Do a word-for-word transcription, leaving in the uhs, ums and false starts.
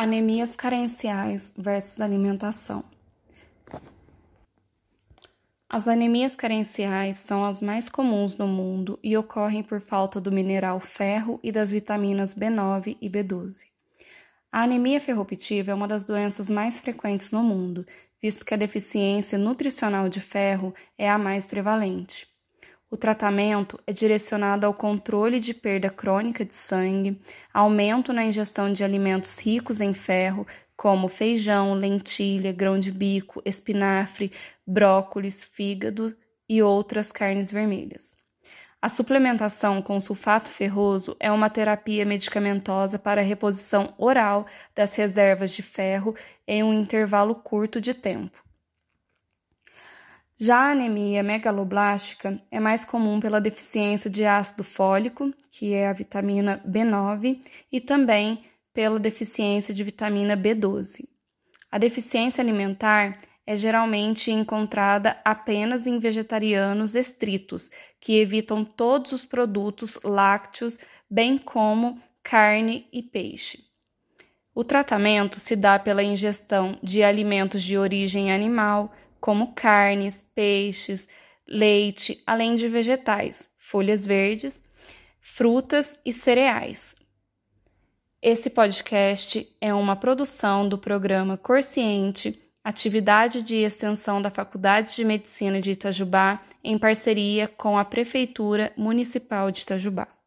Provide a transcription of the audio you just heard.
Anemias carenciais versus alimentação. As anemias carenciais são as mais comuns no mundo e ocorrem por falta do mineral ferro e das vitaminas B nove e B doze. A anemia ferropritiva é uma das doenças mais frequentes no mundo, visto que a deficiência nutricional de ferro é a mais prevalente. O tratamento é direcionado ao controle de perda crônica de sangue, aumento na ingestão de alimentos ricos em ferro, como feijão, lentilha, grão de bico, espinafre, brócolis, fígado e outras carnes vermelhas. A suplementação com sulfato ferroso é uma terapia medicamentosa para a reposição oral das reservas de ferro em um intervalo curto de tempo. Já a anemia megaloblástica é mais comum pela deficiência de ácido fólico, que é a vitamina B nove, e também pela deficiência de vitamina B doze. A deficiência alimentar é geralmente encontrada apenas em vegetarianos estritos, que evitam todos os produtos lácteos, bem como carne e peixe. O tratamento se dá pela ingestão de alimentos de origem animal, como carnes, peixes, leite, além de vegetais, folhas verdes, frutas e cereais. Esse podcast é uma produção do programa Corciente, atividade de extensão da Faculdade de Medicina de Itajubá, em parceria com a Prefeitura Municipal de Itajubá.